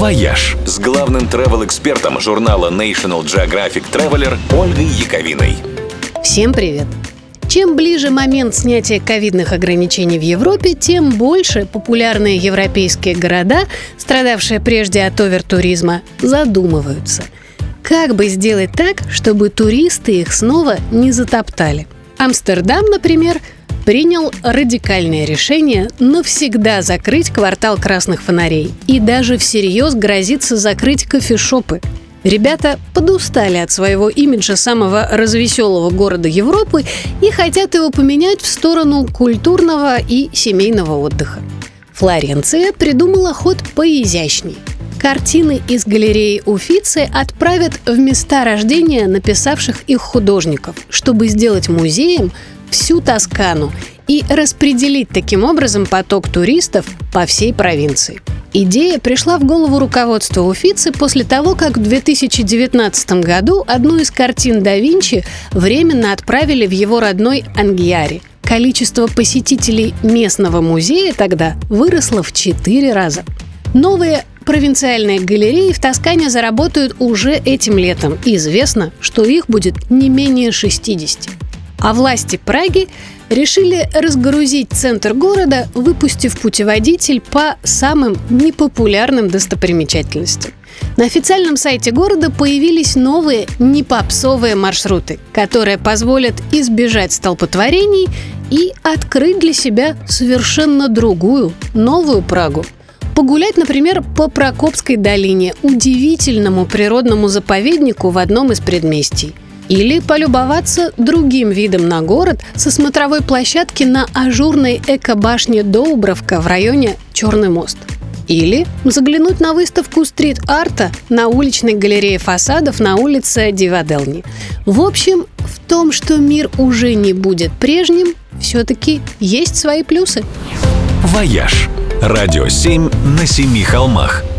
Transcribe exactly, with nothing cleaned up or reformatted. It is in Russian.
«Вояж» с главным travel-экспертом журнала National Geographic Traveler Ольгой Яковиной. Всем привет! Чем ближе момент снятия ковидных ограничений в Европе, тем больше популярные европейские города, страдавшие прежде от овертуризма, задумываются. Как бы сделать так, чтобы туристы их снова не затоптали? Амстердам, например, принял радикальное решение навсегда закрыть квартал красных фонарей и даже всерьез грозится закрыть кофешопы. Ребята подустали от своего имиджа самого развеселого города Европы и хотят его поменять в сторону культурного и семейного отдыха. Флоренция придумала ход поизящней. Картины из галереи Уффици отправят в места рождения написавших их художников, чтобы сделать музеем всю Тоскану и распределить таким образом поток туристов по всей провинции. Идея пришла в голову руководству Уффици после того, как в две тысячи девятнадцатом году одну из картин да Винчи временно отправили в его родной Ангьяри. Количество посетителей местного музея тогда выросло в четыре раза. Новые провинциальные галереи в Тоскане заработают уже этим летом. Известно, что их будет не менее шестьдесят. А власти Праги решили разгрузить центр города, выпустив путеводитель по самым непопулярным достопримечательностям. На официальном сайте города появились новые непопсовые маршруты, которые позволят избежать столпотворений и открыть для себя совершенно другую, новую Прагу. Погулять, например, по Прокопской долине, удивительному природному заповеднику в одном из предместий. Или полюбоваться другим видом на город со смотровой площадки на ажурной эко-башне Доубровка в районе Черный мост. Или заглянуть на выставку стрит-арта на уличной галерее фасадов на улице Диваделни. В общем, в том, что мир уже не будет прежним, все-таки есть свои плюсы. «Вояж» – радио семь на семи холмах.